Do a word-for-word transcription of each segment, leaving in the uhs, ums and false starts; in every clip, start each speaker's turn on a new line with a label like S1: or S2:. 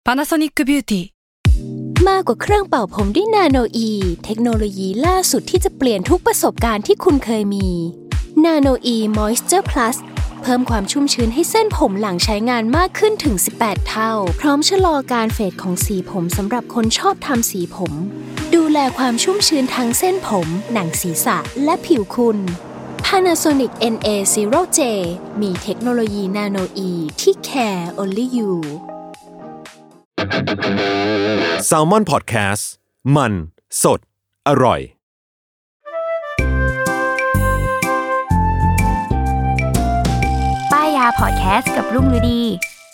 S1: Panasonic Beauty
S2: มากกว่าเครื่องเป่าผมด้วยนาโนอีเทคโนโลยีล่าสุดที่จะเปลี่ยนทุกประสบการณ์ที่คุณเคยมีนาโนอีมอยส์เจอร์พลัสเพิ่มความชุ่มชื้นให้เส้นผมหลังใช้งานมากขึ้นถึงสิบแปดเท่าพร้อมชะลอการเฟดของสีผมสำหรับคนชอบทำสีผมดูแลความชุ่มชื้นทั้งเส้นผมหนังศีรษะและผิวคุณ Panasonic เอ็น เอ ศูนย์ เจ มีเทคโนโลยีนาโนอีที่ care only you
S3: Salmon Podcast มันสดอร่อย
S4: ป้ายยาพอดแคสต์กับรุ่งฤดี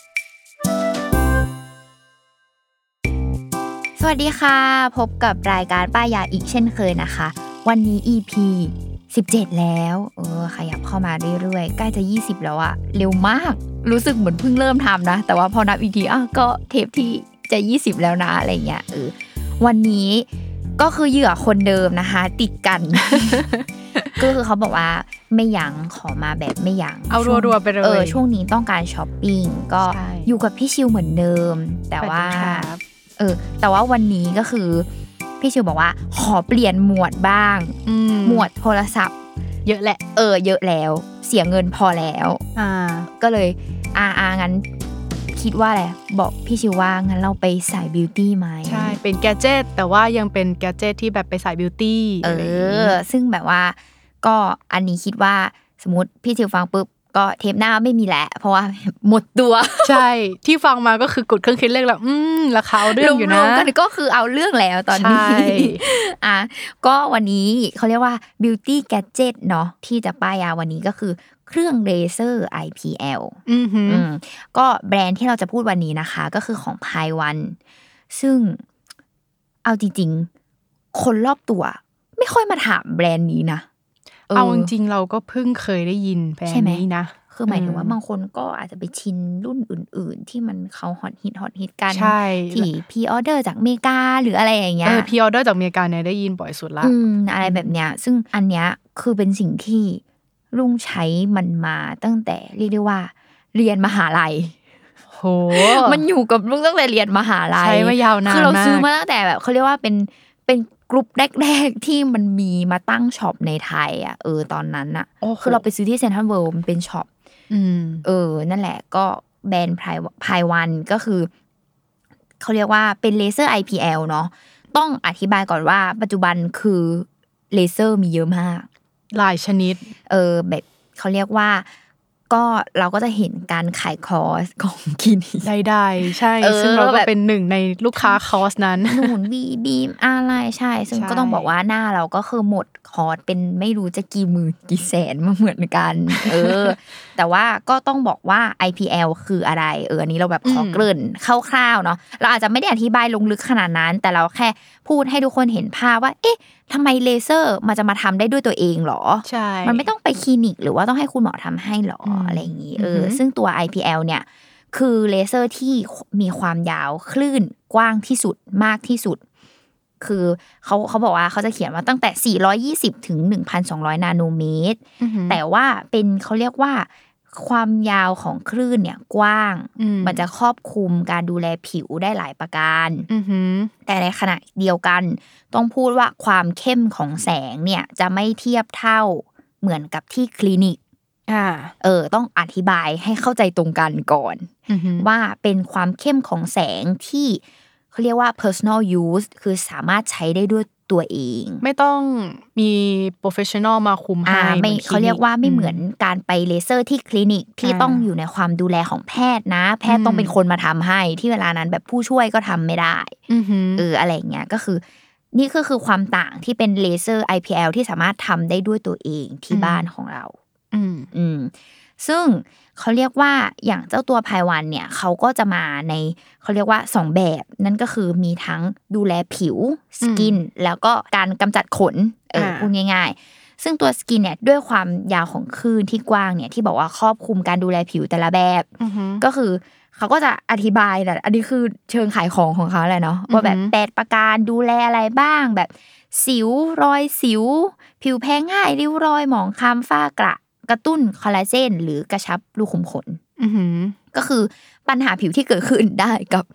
S4: สวัสดีค่ะพบกับรายการป้ายยาอีกเช่นเคยนะคะวันนี้ อี พี สิบเจ็ดแล้วเออขยับเข้ามาเรื่อยๆใกล้จะยี่สิบแล้วอะเร็วมากรู้สึกเหมือนเพิ่งเริ่มทำนะแต่ว่าพอนับอีกทีอ่ะก็เทปที่จะยี่สิบแล้วนะอะไรเงี้ยเออวันนี้ก็คือเหยื่อคนเดิมนะคะติดกัน ก็คือเขาบอกว่าไม่ยั้งขอมาแบบไม่ยั้ง
S1: เอารัวๆไปเลย
S4: เออช่วงนี้ต้องการช้อปปิ้งก็อยู่กับพี่ชิวเหมือนเดิมแต่ว่าเออแต่ว่าวันนี้ก็คือพี่ชิวบอกว่าขอเปลี่ยนหมวดบ้างหมวดโทรศัพท์
S1: เยอะแหละ
S4: เออเยอะแล้วเสียเงินพอแล้วอ่าก็เลยอ่าอ่างั้นคิดว่าแหละบอกพี่ชิวว่างั้นเราไปสายบิวตี้ไหม
S1: ใช่เป็นแกดเจ็ตแต่ว่ายังเป็นแกดเจ็ตที่แบบไปสายบิวตี้
S4: เออซึ่งแบบว่าก็อันนี้คิดว่าสมมติพี่ชิวฟังปุ๊บก็เทปหน้าไม่มีแล้วเพราะว่าหมดตัว
S1: ใช่ที่ฟังมาก็คือกดเครื่องคิดเลขแล้วอืมราคาเอาเรื่องอยู่นะ
S4: รวมๆก็คือเอาเรื่องแล้วตอนนี้อ่ะก็วันนี้เขาเรียกว่า beauty gadget เนาะที่จะป้ายยาวันนี้ก็คือเครื่องเลเซอร์ ไอ พี แอล
S1: อือหือ
S4: ก็แบรนด์ที่เราจะพูดวันนี้นะคะก็คือของ ไพวัน ซึ่งเอาจริงๆคนรอบตัวไม่ค่อยมาถามแบรนด์นี้นะ
S1: เอาจริงๆเราก็เพิ่งเคยได้ยินแบรนด์นี้นะ
S4: คือหมายถึงว่าบางคนก็อาจจะไปชินรุ่นอื่นๆที่มันเขาฮอตฮิตฮอตฮิตกันที่พรีออเดอร์จากอเมริกาหรืออะไรอย่างเงี้ย
S1: เออพรีออเดอร์จากอเมริกาเนี่ยได้ยินบ่อยสุดละ
S4: อืมอะไรแบบเนี้ยซึ่งอันเนี้ยคือเป็นสิ่งที่ลุงใช้มันมาตั้งแต่เรียกได้ว่าเรียนมหาลัย
S1: โห
S4: มันอยู่กับลุงตั้งแต่เรียนมหาลัย
S1: ใช้มายาวนานมาก
S4: คือเราซื้อมาตั้งแต่แบบเขาเรียกว่าเป็นเป็นกลุ่มแรกๆที่มันมีมาตั้งช็อปในไทยอ่ะเออตอนนั้นอ่ะคือเราไปซื้อที่เซ็นทรัลเวิลด์มันเป็นช็อปเออนั่นแหละก็แบรนด์ ไพวัน ก็คือเขาเรียกว่าเป็นเลเซอร์ ไอ พี แอล เนาะต้องอธิบายก่อนว่าปัจจุบันคือเลเซอร์มีเยอะมาก
S1: หลายชนิด
S4: เออแบบเขาเรียกว่าก็เราก็จะเห็นการขายคอร์สของคลินิก
S1: ได้ๆใช่ซึ่งเราก็เป็นหนึ่งในลูกค้าคอร์สนั้น
S4: หนุนบีบีมอะไรใช่ซึ่งก็ต้องบอกว่าหน้าเราก็คือหมดคอร์สเป็นไม่รู้จะกี่หมื่นกี่แสนมาเหมือนกันเออแต่ว่าก็ต้องบอกว่า ไอ พี แอล คืออะไรเอออันนี้เราแบบขอเกริ่นคร่าวๆเนาะเราอาจจะไม่ได้อธิบายลงลึกขนาดนั้นแต่เราแค่พูดให้ทุกคนเห็นภาพว่าเอ๊ะทำไมเลเซอร์มันจะมาทำได้ด้วยตัวเองหรอ
S1: ใช่
S4: มันไม่ต้องไปคลินิกหรือว่าต้องให้คุณหมอทำให้หรออะไรอย่างงี้เออซึ่งตัว ไอ พี แอล เนี่ยคือเลเซอร์ที่มีความยาวคลื่นกว้างที่สุดมากที่สุดคือเขาเขาบอกว่าเขาจะเขียนว่าตั้งแต่สี่ร้อยยี่สิบถึง หนึ่งพันสองร้อย นาโนเมตรแต่ว่าเป็นเขาเรียกว่าความยาวของคลื่นเนี่ยกว้างมันจะครอบคลุมการดูแลผิวได้หลายประการแต่ในขณะเดียวกันต้องพูดว่าความเข้มของแสงเนี่ยจะไม่เทียบเท่าเหมือนกับที่คลินิก
S1: อ่า
S4: เออต้องอธิบายให้เข้าใจตรงกันก่อนว่าเป็นความเข้มของแสงที่เขาเรียกว่า personal use คือสามารถใช้ได้ด้วยตัวเอง
S1: ไม่ต้องมี professional มาคุมให้
S4: ไม่เขาเรียกว่าไม่เหมือนการไปเลเซอร์ที่คลินิกที่ต้องอยู่ในความดูแลของแพทย์นะแพทย์ต้องเป็นคนมาทำให้ที่เวลานั้นแบบผู้ช่วยก็ทำไม่ได้เอออะไรอย่างเงี้ยก็คือนี่ก็คือความต่างที่เป็นเลเซอร์ ไอ พี แอล ที่สามารถทำได้ด้วยตัวเองที่บ้านของเรา
S1: อืม
S4: อืมซึ่งเขาเรียกว่าอย่างเจ้าตัว ไพวัน เนี่ยเขาก็จะมาในเขาเรียกว่าสองแบบนั่นก็คือมีทั้งดูแลผิวสกินแล้วก็การกำจัดขนเออพูดง่ายๆซึ่งตัวสกินเนี่ยด้วยความยาวของคลื่นที่กว้างเนี่ยที่บอกว่าครอบคลุมการดูแลผิวแต่ละแบบก็คือเขาก็จะอธิบายแต่อันนี้คือเชิงขายของของเขาแหละเนาะว่าแบบแปดประการดูแลอะไรบ้างแบบสิวรอยสิวผิวแพ้ง่ายริ้วรอยหมองคล้ำฝ้ากระกระตุ้นคอลลาเจนหรือกระชับรูขุมขนก็คือปัญหาผิวที่เกิดขึ้นได้กับ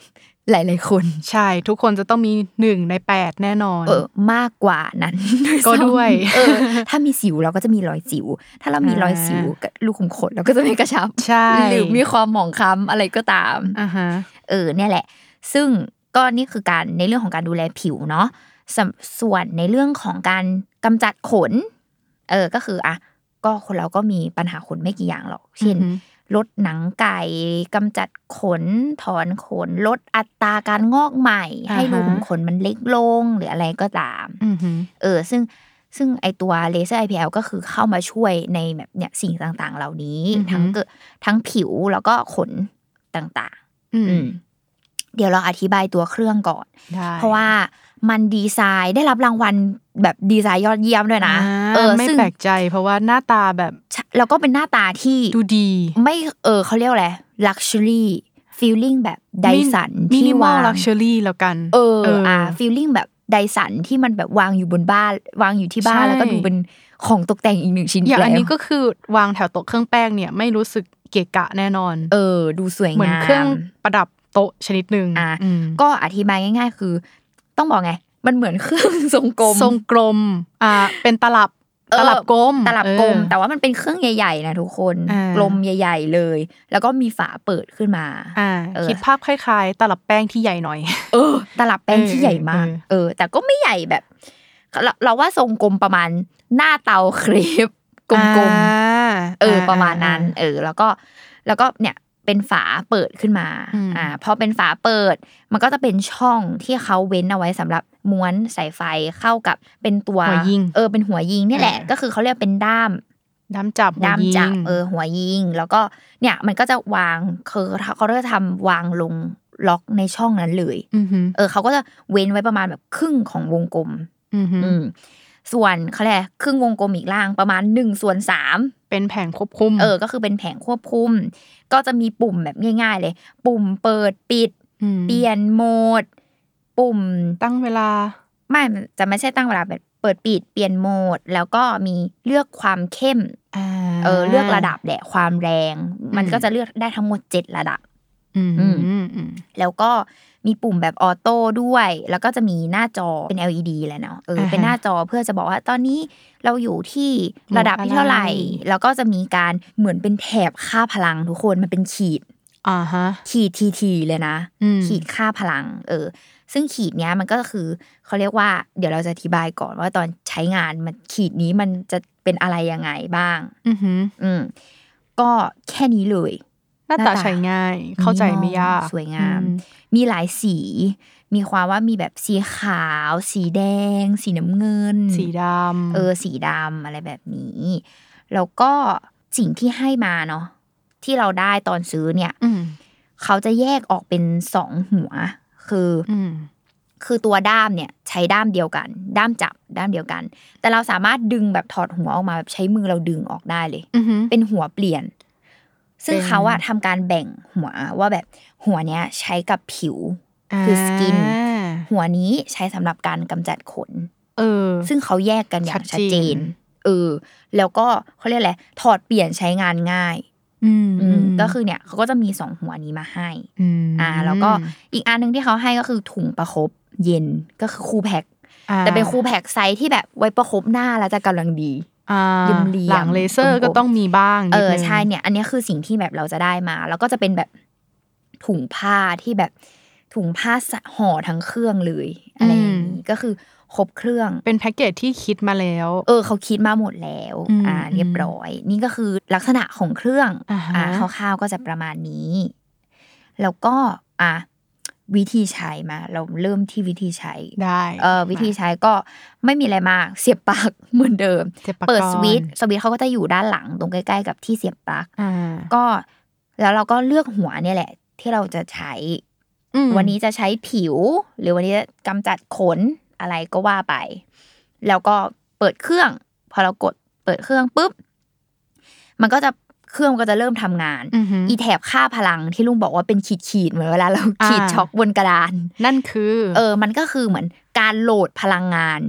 S4: หลายๆคน
S1: ใช่ทุกคนจะต้องมีหนึ่งในแปดแน่นอน
S4: เออมากกว่านั้น
S1: ก็ด้วย
S4: เออถ้ามีสิวเราก็จะมีรอยสิวถ้าเรามีรอยสิวลูกขุมขนเราก็จะไม่กระชับ
S1: ใช่
S4: หรือมีความหมองคล้ำอะไรก็ตาม
S1: อ่าฮะ
S4: เออเนี่ยแหละซึ่งก็นี่คือการในเรื่องของการดูแลผิวเนาะส่วนในเรื่องของการกำจัดขนเออก็คืออ่ะก็คนเราก็มีปัญหาขนไม่กี่อย่างหรอกเช่นลดหนังไก่กำจัดขนถอนขนลดอัตราการงอกใหม่ให้รูขุมขนมันเล็กลงหรืออะไรก็ตามเออซึ่งซึ่งไอตัวเลเซอร์ ไอ พี แอล ก็คือเข้ามาช่วยในแบบเนี่ยสิ่งต่างๆเหล่านี้ทั้งเกิดทั้งผิวแล้วก็ขนต่างๆเดี๋ยวเราอธิบายตัวเครื่องก่อนเพราะว่ามันดีไซน์ได้รับรางวัลแบบดีไซน์ยอดเยี่ยมด้วยนะ
S1: เออไม่แปลกใจเพราะว่าหน้าตาแบบ
S4: แล้วก็เป็นหน้าตาที่
S1: ดูดี
S4: ไม่เออเขาเรียกอะไร luxury feeling แบบไดสัน
S1: ที่วาง luxury แล้วกัน
S4: เอออ่า feeling แบบไดสันที่มันแบบวางอยู่บนบ้านวางอยู่ที่บ้านแล้วก็ดูเป็นของตกแต่งอีกหนึ่งชิ้น
S1: อย่างอันนี้ก็คือวางแถวโต๊ะเครื่องแป้งเนี่ยไม่รู้สึกเกะกะแน่นอน
S4: เออดูสวยงาม
S1: เหมือนเครื่องประดับโต๊ะชนิดนึง
S4: อ่าก็อธิบายง่ายๆคือต้องบอกไงมันเหมือนเครื่องทรงกลม
S1: ทรงกลมอ่าเป็นตลับตลับกลม
S4: ตลับกลมแต่ว่ามันเป็นเครื่องใหญ่ๆนะทุกคนกลมใหญ่ๆเลยแล้วก็มีฝาเปิดขึ้นมา
S1: คิดภาพคล้ายๆตลับแป้งที่ใหญ่หน่อย
S4: เออตลับแป้งที่ใหญ่มากเออแต่ก็ไม่ใหญ่แบบเราว่าทรงกลมประมาณหน้าเตาเครปกลมๆเออประมาณนั้นเออแล้วก็แล้วก็เนี่ยเป็นฝาเปิดขึ้นมาอ่าพอเป็นฝาเปิดมันก็จะเป็นช่องที่เขาเว้นเอาไว้สำหรับม้วนสายไฟเข้ากับเป็นตัว
S1: หัวยิง
S4: เออเป็นหัวยิงนี่แหละก็คือเขาเรียกเป็นด้าม
S1: ด้ามจับ
S4: ด้ามจับเออหัวยิงแล้วก็เนี่ยมันก็จะวางคือเขาจะทำวางลงล็อกในช่องนั้นเลยเออเขาก็จะเว้นไว้ประมาณแบบครึ่งของวงกลมอืมส่วนเขาเรียกครึ่งวงกลมอีกล่างประมาณหนึ่งส่วนสาม
S1: เป็นแผงควบคุม
S4: เออก็คือเป็นแผงควบคุมก็จะมีปุ่มแบบง่ายๆเลยปุ่มเปิดปิดเปลี่ยนโหมดปุ่ม
S1: ตั้งเวลา
S4: ไม่จะไม่ใช่ตั้งเวลาแบบเปิดปิดเปลี่ยนโหมดแล้วก็มีเลือกความเข้มเออเลือกระดับแหละความแรงมันก็จะเลือกได้ทั้งหมดเจ็ดระดับแล้วก็มีปุ่มแบบออโต้ด้วยแล้วก็จะมีหน้าจอเป็น แอล อี ดี แหละเนาะเออเป็นหน้าจอเพื่อจะบอกว่าตอนนี้เราอยู่ที่ระดับที่เท่าไหร่แล้วก็จะมีการเหมือนเป็นแถบค่าพลังทุกคนมันเป็นขีด
S1: อ่าฮะ
S4: ขีดทีทีเลยนะขีดค่าพลังเออซึ่งขีดเนี้ยมันก็คือเขาเรียกว่าเดี๋ยวเราจะอธิบายก่อนว่าตอนใช้งานมันขีดนี้มันจะเป็นอะไรยังไงบ้าง
S1: อือฮึ
S4: อืมก็แค่นี้เลย
S1: หน้าตาใช้ง่ายเข้าใจไม่ยาก
S4: สวยงามมีหลายสีมีความว่ามีแบบสีขาวสีแดงสีน้ำเงิน
S1: สีดำ
S4: เออสีดำอะไรแบบนี้แล้วก็สิ่งที่ให้มาเนาะที่เราได้ตอนซื้อเนี่ยเขาจะแยกออกเป็นสองหัวคือคือตัวด้ามเนี่ยใช้ด้ามเดียวกันด้ามจับด้ามเดียวกันแต่เราสามารถดึงแบบถอดหัวออกมาแบบใช้มือเราดึงออกได้เลยเป็นหัวเปลี่ยนซึ่งเขาอะทำการแบ่งหัวว่าแบบหัวเนี้ยใช้กับผิวคือสกินหัวนี้ใช้สำหรับการกำจัดขน
S1: เออ
S4: ซึ่งเขาแยกกันอย่างชัดเจนเออแล้วก็เขาเรียกอะไรถอดเปลี่ยนใช้งานง่าย
S1: อืม
S4: ก็คือเนี่ยเขาก็จะมีสองหัวนี้มาให้อ่าแล้วก็อีกอันนึงที่เขาให้ก็คือถุงประคบเย็นก็คือคูแพ็คแต่เป็นคูแพ็คไซส์ที่แบบไว้ประคบหน้าแล้วจะกำลังดี
S1: หลังเลเซอร์ก็ต้องมีบ้าง
S4: เออใช่เนี่ยอันนี้คือสิ่งที่แบบเราจะได้มาแล้วก็จะเป็นแบบถุงผ้าที่แบบถุงผ้าห่อทั้งเครื่องเลยอะไรอย่างนี้ก็คือครบเครื่อง
S1: เป็นแพ็กเกจที่คิดมาแล้ว
S4: เออเขาคิดมาหมดแล้วอ่าเรียบร้อยนี่ก็คือลักษณะของเครื่องอ่าคร่าวๆก็จะประมาณนี้แล้วก็อ่ะวิธีใช้มาเราเริ่มที่วิธีใช้
S1: ได้
S4: เออวิธีใช้ก็ไม่มีอะไรมากเสียบปลั๊กเหมือนเดิมเปิดสวิตช์สวิตช์เขาก็จะอยู่ด้านหลังตรงใกล้ๆกับที่เสียบปลั๊กก็แล้วเราก็เลือกหัวเนี่ยแหละที่เราจะใช้วันนี้จะใช้ผิวหรือวันนี้จะกำจัดขนอะไรก็ว่าไปแล้วก็เปิดเครื่องพอเรากดเปิดเครื่องปุ๊บมันก็จะเครื่องก็จะเริ่มทำงานอีแถบค่าพลังที่ลุงบอกว่าเป็นขีดๆเหมือนเวลาเราขีดช็อกบนกระดาน
S1: นั่นคือ
S4: เออมันก็คือเหมือนการโหลดพลังงาน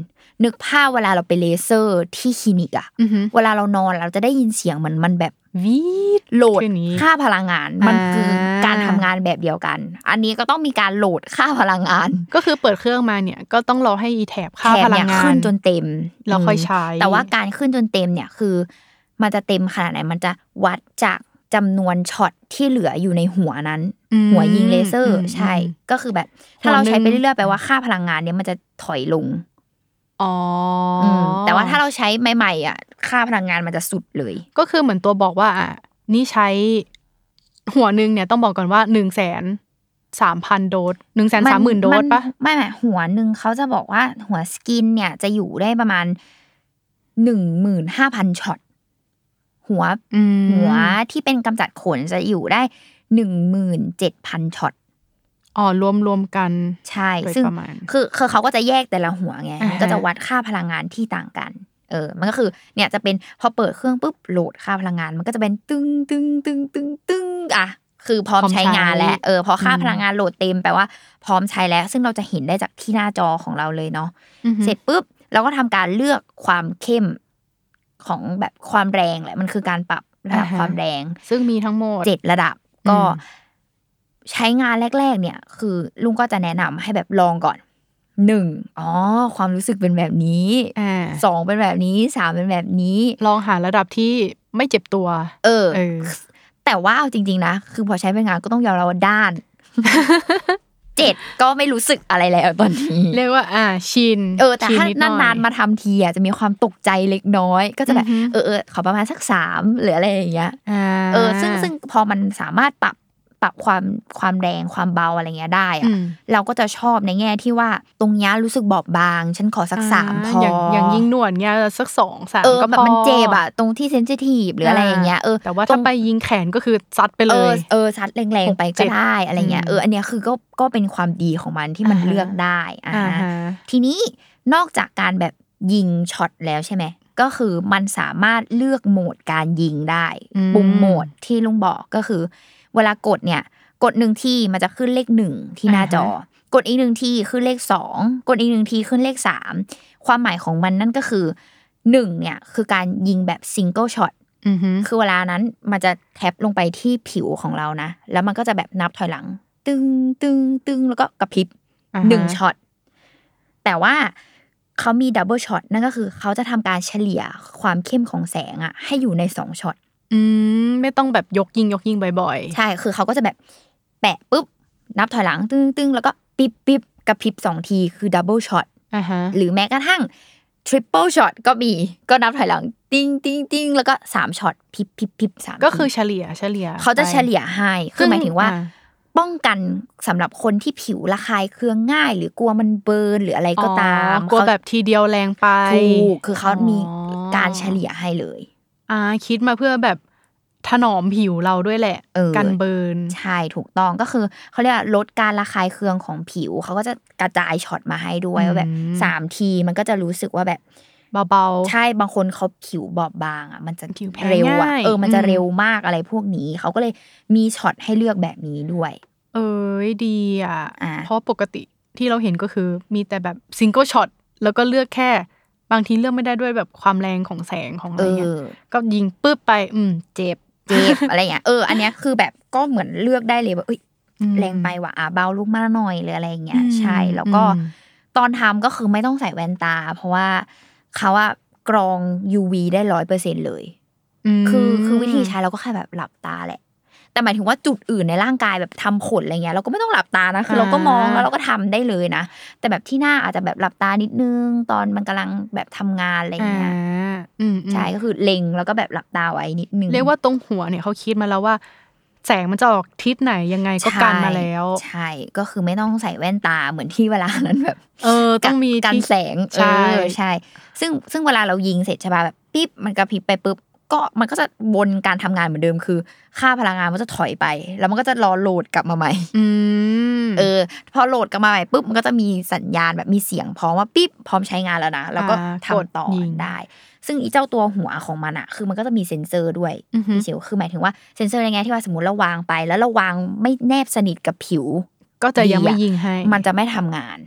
S4: นึกภาพเวลาเราไปเลเซอร์ที่คลินิกอ่ะเวลาเรานอนเราจะได้ยินเสียงเหมือนมันแบบ
S1: วีด
S4: โหลดค่าพลังงานมันคือการทำงานแบบเดียวกันอันนี้ก็ต้องมีการโหลดค่าพลังงาน
S1: ก็คือเปิดเครื่องมาเนี่ยก็ต้องรอให้อีแถบค่าพลังงาน
S4: ขึ้นจนเต็ม
S1: แล้วค่อยใช้
S4: แต่ว่าการขึ้นจนเต็มเนี่ยคือมันจะเต็มขนาดไหนมันจะวัดจากจำนวนช็อตที่เหลืออยู่ในหัวนั้นหัวยิงเลเซอร์ใช่ก็คือแบบถ้าเราใช้ไปเรื่อยๆแปลว่าค่าพลังงานเนี่ยมันจะถอยลง
S1: อ๋อ
S4: แต่ว่าถ้าเราใช้ใหม่ๆอ่ะค่าพลังงานมันจะสุดเลย
S1: ก็คือเหมือนตัวบอกว่าอ่ะนี่ใช้หัวนึงเนี่ยต้องบอกก่อนว่า หนึ่งแสนสามพัน โดส หนึ่งแสนสามหมื่น โดสป่ะ
S4: ไม่ไม่หัวนึงเขาจะบอกว่าหัวสกินเนี่ยจะอยู่ได้ประมาณ หนึ่งหมื่นห้าพัน ช็อตหัวหัวที่เป็นกำจัดขนจะอยู่ได้ หนึ่งหมื่นเจ็ดพัน ช็อต
S1: อ๋อรวมๆกัน
S4: ใช่ซึ่งคือคือเขาก็จะแยกแต่ละหัวไงก็จะวัดค่าพลังงานที่ต่างกันเออมันก็คือเนี่ยจะเป็นพอเปิดเครื่องปุ๊บโหลดค่าพลังงานมันก็จะเป็นตึ้งตึ้งตึ้งตึ้งตึ้งอ่ะคือพร้อมใช้งานแล้วเออพอค่าพลังงานโหลดเต็มแปลว่าพร้อมใช้แล้วซึ่งเราจะเห็นได้จากที่หน้าจอของเราเลยเนาะเสร็จปุ๊บเราก็ทำการเลือกความเข้มของแบบความแรงแหละมันคือการปรับระดับความแรง
S1: ซึ่งมีทั้งหมด
S4: เจ็ดระดับก็ใช้งานแรกๆเนี่ยคือลุงก็จะแนะนำให้แบบลองก่อนหนึ่งอ๋อความรู้สึกเป็นแบบนี้สองเป็นแบบนี้สามเป็นแบบนี้
S1: ลองหาระดับที่ไม่เจ็บตัว
S4: เออแต่ว่าเอาจริงๆนะคือพอใช้เป็นงานก็ต้องยอมรับว่าด้านเจ็ดก็ไม่รู้สึกอะไรแล้วตอนนี้
S1: เรียกว่าอ่าชิน
S4: เออแต่ถ้านานๆมาทำทีอ่ะจะมีความตกใจเล็กน้อยก็จะแบบเออเออขอประมาณสักสามหรืออะไรอย่างเงี้ยเออซึ่งซึ่งพอมันสามารถปรับปรับความความแรงความเบาอะไรเงี้ยได้อ่ะเราก็จะชอบในแง่ที่ว่าตรงเนี้ยรู้สึกบอบบางฉันขอสักสามพอ
S1: อย่างอย่างยิงหนวดเงี้ยสักสองสามก็พอ
S4: แบบมันเจ็บอ่ะตรงที่เซนซิทีฟหรืออะไรอย่างเงี้ยเออ
S1: แต่ว่าถ้าไปยิงแขนก็คือซัดไปเลย
S4: เออเออซัดแรงๆไปก็ได้อะไรเงี้ยเอออันเนี้ยคือก็ก็เป็นความดีของมันที่มันเลือกได้อ่าทีนี้นอกจากการแบบยิงช็อตแล้วใช่ไหมก็คือมันสามารถเลือกโหมดการยิงได้ปุ่มโหมดที่ลุงบอกก็คือเวลากดเนี่ยกดหนึ่งที่มันจะขึ้นเลขหนึ่งที่หน้าจอกดอีกหนึ่งที่ขึ้นเลขสองกดอีกหนึ่งที่ขึ้นเลขสามความหมายของมันนั่นก็คือหนึ่งเนี่ยคือการยิงแบบซิงเกิลช็อตคือเวลานั้นมันจะแท็บลงไปที่ผิวของเรานะแล้วมันก็จะแบบนับถอยหลังตึงตึงตึงแล้วก็กระพริบหนึ่งช็อตแต่ว่าเขามีดับเบิลช็อตนั่นก็คือเขาจะทำการเฉลี่ยความเข้มของแสงอ่ะให้อยู่ในสองช็อต
S1: อืมไม่ต้องแบบยกยิงยกยิงบ่อย
S4: ๆใช่คือเขาก็จะแบบแปะปุ๊บนับถอยหลังตึ้งตึ้งแล้วก็ปิ๊บปิ๊บกระพริบสองทีคือดับเบิลช็อตหรือแม้กระทั่งทริปเปิลช็อตก็มีก็นับถอยหลังติ้งติ้งติ้งแล้วก็สามช็อตพิบพิบพิบสาม
S1: ก็คือเฉลี่ยเฉลี่ย
S4: เขาจะเฉลี่ยให้คือหมายถึงว่าป้องกันสำหรับคนที่ผิวระคายเคืองง่ายหรือกลัวมันเบิร์นหรืออะไรก็ตาม
S1: กลัวแบบทีเดียวแรงไป
S4: ถูกคือเขามีการเฉลี่ยให้เลย
S1: อ่าคิดมาเพื่อแบบถนอมผิวเราด้วยแหละกันเบิร์น
S4: ใช่ถูกต้องก็คือเขาเรียกลดการระคายเคืองของผิวเขาก็จะกระจายช็อตมาให้ด้วยว่าแบบสามทีมันก็จะรู้สึกว่าแบบ
S1: เบา
S4: ๆใช่บางคนเขาผิวบอบบางอ่ะมันจะเร็วอ่ะเออมันจะเร็วมากอะไรพวกนี้เขาก็เลยมีช็อตให้เลือกแบบนี้ด้วย
S1: เอ้ยดีอ่ะเพราะปกติที่เราเห็นก็คือมีแต่แบบซิงเกิลช็อตแล้วก็เลือกแค่บางทีเลือกไม่ได้ด้วยแบบความแรงของแสงของอะไรเงี้ยก็ยิงปึ๊บไปอืมเจ็บ
S4: เจ็บอะไรเงี้ยเอออันเนี้ยคือแบบก็เหมือนเลือกได้เลยว่าเอ้ยแรงไปว่ะอ่ะเบาลูกมาหน่อยหรืออะไรเงี้ยใช่แล้วก็ตอนทำก็คือไม่ต้องใส่แว่นตาเพราะว่าเขาอะกรอง ยู วี ได้ ร้อยเปอร์เซ็นต์ เลยคือคือวิธีใช้เราก็แค่แบบหลับตาแหละแต่หมายถึงว่าจุดอื่นในร่างกายแบบทำขนอะไรเงี้ยเราก็ไม่ต้องหลับตานะคือเราก็มองแล้วเราก็ทำได้เลยนะแต่แบบที่หน้าอาจจะแบบหลับตานิดนึงตอนมันกำลังแบบทำงานอะไรเงี้ยใช่ก็คือเล็งแล้วก็แบบหลับตาไว้นิดนึง
S1: เรียกว่าตรงหัวเนี่ยเขาคิดมาแล้วว่าแสงมันจะออกทิศไหนยังไงก็กันมาแล้ว
S4: ใช่ก็คือไม่ต้องใส่แว่นตาเหมือนที่เวลานั้นแบบ
S1: เออต้องมี
S4: กันแสงใช่ใช่ซึ่งซึ่งเวลาเรายิงเสร็จใช่ป่ะแบบปิ๊บมันกระพริบไปปุ๊บก็มันก็จะวนการทำงานเหมือนเดิมคือค่าพลังงานมันจะถอยไปแล้วมันก็จะรอโหลดกลับมาใหม่เออพอโหลดกลับมาใหม่ปุ๊บมันก็จะมีสัญญาณแบบมีเสียงพร้อมว่าปิ๊บพร้อมใช้งานแล้วนะแล้วก็ทำต่อได้ซึ่งอีเจ้าตัวหัวของมันอะคือมันก็จะมีเซ็นเซอร์ด้วยพี่เฉียวคือหมายถึงว่าเซ็นเซอร์ในแง่ที่ว่าสมมติเราวางไปแล้วเราวางไม่แนบสนิทกับผิว
S1: ก็จะยังไม่ยิงให้
S4: มันจะไม่ทำงาน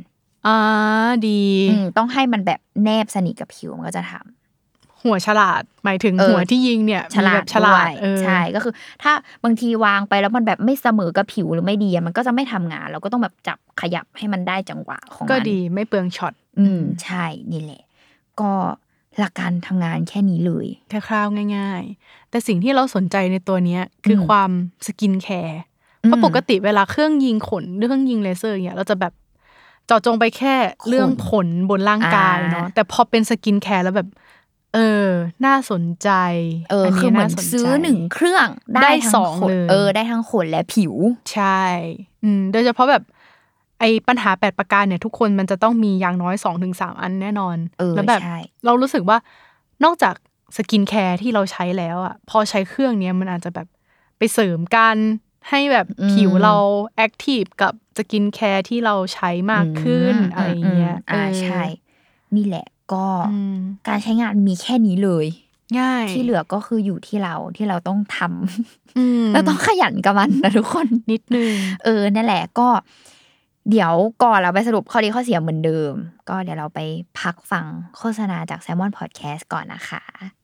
S1: อ่าดี
S4: ต้องให้มันแบบแนบสนิทกับผิวมันก็จะทำ
S1: หัวฉลาดหมายถึงหัวที่ยิงเนี่ย
S4: ฉลาดฉลาดใช่ก็คือถ้าบางทีวางไปแล้วมันแบบไม่เสมอกับผิวหรือไม่ดีมันก็จะไม่ทำงานเราก็ต้องแบบจับขยับให้มันได้จังหวะของมัน
S1: ก็ดีไม่เปลืองช็อต
S4: อืมใช่นี่แหละก็หลักการทำงานแค่นี้เลย
S1: คร่าวๆง่ายๆแต่สิ่งที่เราสนใจในตัวนี้คือความสกินแคร์เพราะปกติเวลาเครื่องยิงขนหรือเครื่องยิงเลเซอร์เนี่ยเราจะแบบเจาะจงไปแค่เรื่องขนบนร่างกายเนาะแต่พอเป็นสกินแคร์แล้วแบบเออน่าสนใจ
S4: เออคือเหมือนซื้อหนึ่งเครื่องได้สองเลยเออได้ทั้งขนและผิว
S1: ใช่อืมโดยเฉพาะแบบไอ้ปัญหาแปดประการเนี่ยทุกคนมันจะต้องมีอย่างน้อย สองถึงสาม อันแน่นอนแล้วแบบเรารู้สึกว่านอกจากสกินแคร์ที่เราใช้แล้วอ่ะพอใช้เครื่องเนี้ยมันอาจจะแบบไปเสริมกันให้แบบผิวเราแอคทีฟกับสกินแคร์ที่เราใช้มากขึ้นอะไรเงี้ย
S4: อ่าใช่นี่แหละก็การใช้งานมีแค่นี้เลย
S1: ง่าย
S4: ที่เหลือก็คืออยู่ที่เราที่เราต้องทำเราต้องขยันกับมันนะทุกคน
S1: นิดนึง
S4: เออนั่นแหละก็เดี๋ยวก่อนเราไปสรุปข้อดีข้อเสียเหมือนเดิมก็เดี๋ยวเราไปพักฟังโฆษณาจาก Salmon Podcast ก่อนนะคะ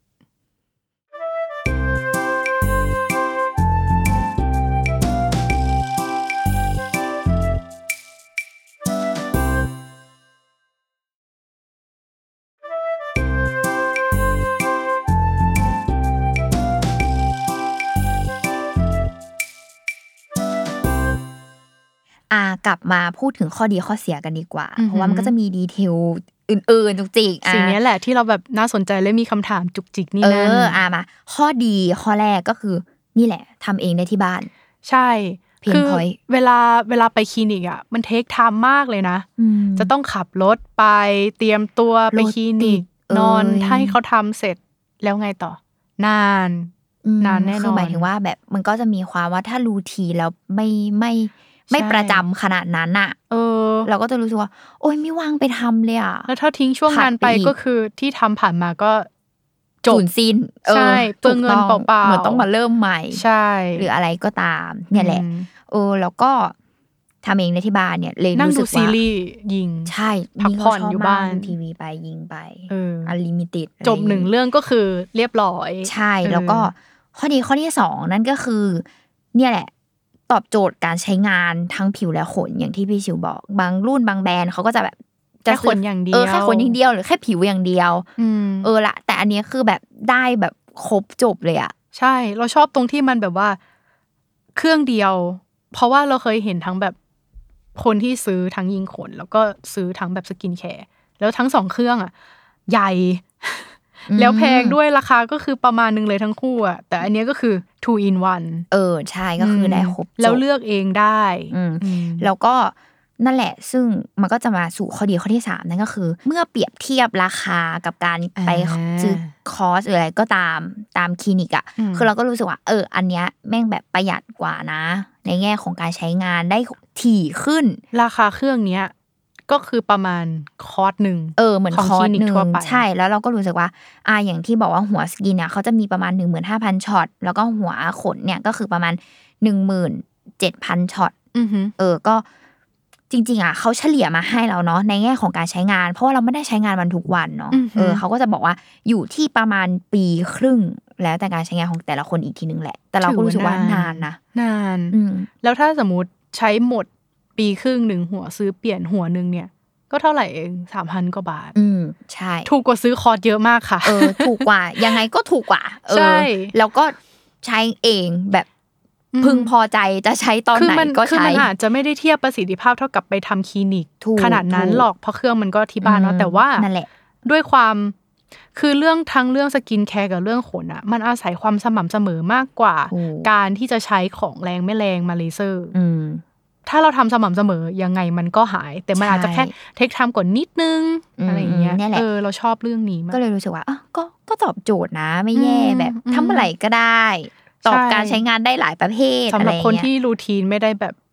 S4: อ่ากลับมาพูดถึงข้อดีข้อเสียกันดีกว่าเพราะว่ามันก็จะมีดีเทลอื่นๆจุกจิก
S1: สิ่งนี้แหละที่เราแบบน่าสนใจและมีคำถามจุกจิกนี่นั่น
S4: เอออ่ามาข้อดีข้อแรกก็คือนี่แหละทำเองได้ที่บ้าน
S1: ใช่คือเวลาเวลาไปคลินิกอ่ะมันเทคไทม์มากเลยนะจะต้องขับรถไปเตรียมตัวไปคลินิกนอนให้เขาทำเสร็จแล้วไงต่อนานนานแน่นอน
S4: คือหมายถึงว่าแบบมันก็จะมีความว่าถ้ารูทีนแล้วไม่ไม่ไม่ประจำขนาดนั้นอ่ะ
S1: เออ
S4: เราก็จะรู้สึกว่าโอ๊ยไม่ว่างไปทำเลยอ่ะ
S1: แล้วถ้าทิ้งช่วงงานไปก็คือที่ทำผ่านมาก็
S4: จบสิ้น
S1: ใช่เปลืองเงินเปล่าๆ
S4: เหมือนต้องมาเริ่มใหม่
S1: ใช่
S4: หรืออะไรก็ตามเนี่ยแหละเออแล้วก็ทำเองในที่บ้านเนี่ยเลยรู้สึกว่า
S1: นั่งดูซีรีส์ยิง
S4: ใช่
S1: พักผ่อนอยู่บ้าน
S4: ทีวีไปยิงไป
S1: เออ
S4: อันลิมิเต็ด
S1: จบหนึ่งเรื่องก็คือเรียบร้อย
S4: ใช่แล้วก็ข้อดีข้อที่สองนั่นก็คือเนี่ยแหละตอบโจทย์การใช้งานทั้งผิวและขนอย่างที่พี่ชิวบอกบางรุ่นบางแบรนด์เขาก็จะแบบ
S1: แค่ขนอย่างเดียว
S4: เออแค่ขนอย่างเดียวหรือแค่ผิวอย่างเดียวเออละแต่อันนี้คือแบบได้แบบครบจบเลยอ่ะ
S1: ใช่เราชอบตรงที่มันแบบว่าเครื่องเดียวเพราะว่าเราเคยเห็นทั้งแบบคนที่ซื้อทั้งยิงขนแล้วก็ซื้อทั้งแบบสกินแคร์แล้วทั้งสองเครื่องอ่ะใหญ่แล้วแพงด้วยราคาก็คือประมาณนึงเลยทั้งคู่อ่ะแต่อันนี้ก็คือ two in one
S4: เออใช่ก็คือได้ครบ
S1: แล้วเลือกเองได้
S4: แล้วก็นั่นแหละซึ่งมันก็จะมาสู่ข้อดีข้อที่สามนั่นก็คือเมื่อเปรียบเทียบราคากับการไปซื้อคอร์สหรืออะไรก็ตามตามคลินิกอ่ะคือเราก็รู้สึกว่าเอออันเนี้ยแม่งแบบประหยัดกว่านะในแง่ของการใช้งานได้ถี่ขึ้น
S1: ราคาเครื่องเนี้ยก็คือประมาณคอร์สนึง
S4: เออเหมือนคอร์สนึงใช่แล้วเราก็รู้สึกว่าอ่าอย่างที่บอกว่าหัวสกินเนี่ยเขาจะมีประมาณ หนึ่งหมื่นห้าพัน ช็อตแล้วก็หัวขนเนี่ยก็คือประมาณ หนึ่งหมื่นเจ็ดพัน ช็อตเออก็จริงๆอ่ะเขาเฉลี่ยมาให้เราเนาะในแง่ของการใช้งานเพราะว่าเราไม่ได้ใช้งานมันทุกวันเนาะเออเขาก็จะบอกว่าอยู่ที่ประมาณปีครึ่งแล้วแต่การใช้งานของแต่ละคนอีกทีนึงแหละแต่เราก็รู้สึกว่านานนะ
S1: นานแล้วถ้าสมมุติใช้หมดปีครึ่งหนึ่งหัวซื้อเปลี่ยนหัวนึงเนี่ยก็เท่าไหร่เอง สามพัน กว่าบาท
S4: อืมใช่
S1: ถูกกว่าซื้อคอร์สเยอะมากค่ะ
S4: เออถูกกว่ายังไงก็ถูกกว่า
S1: ใช่
S4: แล้วก็ใช้เองแบบพึงพอใจจะใช้ตอนไหนก็ใช้
S1: คือมันอาจจะไม่ได้เทียบประสิทธิภาพเท่ากับไปทำคลินิกขนาดนั้นหรอกเพราะเครื่องมันก็ที่บ้านเนาะแต่ว่า
S4: นั่นแหละ
S1: ด้วยความคือเรื่องทั้งเรื่องสกินแคร์กับเรื่องขนอ่ะมันอาศัยความสม่ำเสมอมากกว่าการที่จะใช้ของแรงไม่แรงมาเลเซอร์ถ้าเราทำสม่ำเสมอยังไงมันก็หายแต่มันอาจจะแค่เทคไทม์ก่อนนิดนึงอะไรอย่างเงี้ยเออเราชอบเรื่องนี้มาก
S4: ก็เลยรู้สึกว่าอ่ะก็ก็ตอบโจทย์นะไม่แย่แบบทำอะไรก็ได้ตอบการใช้งานได้หลายประเภท
S1: สำหรับคนที่รูทีนไม่ได้แบบ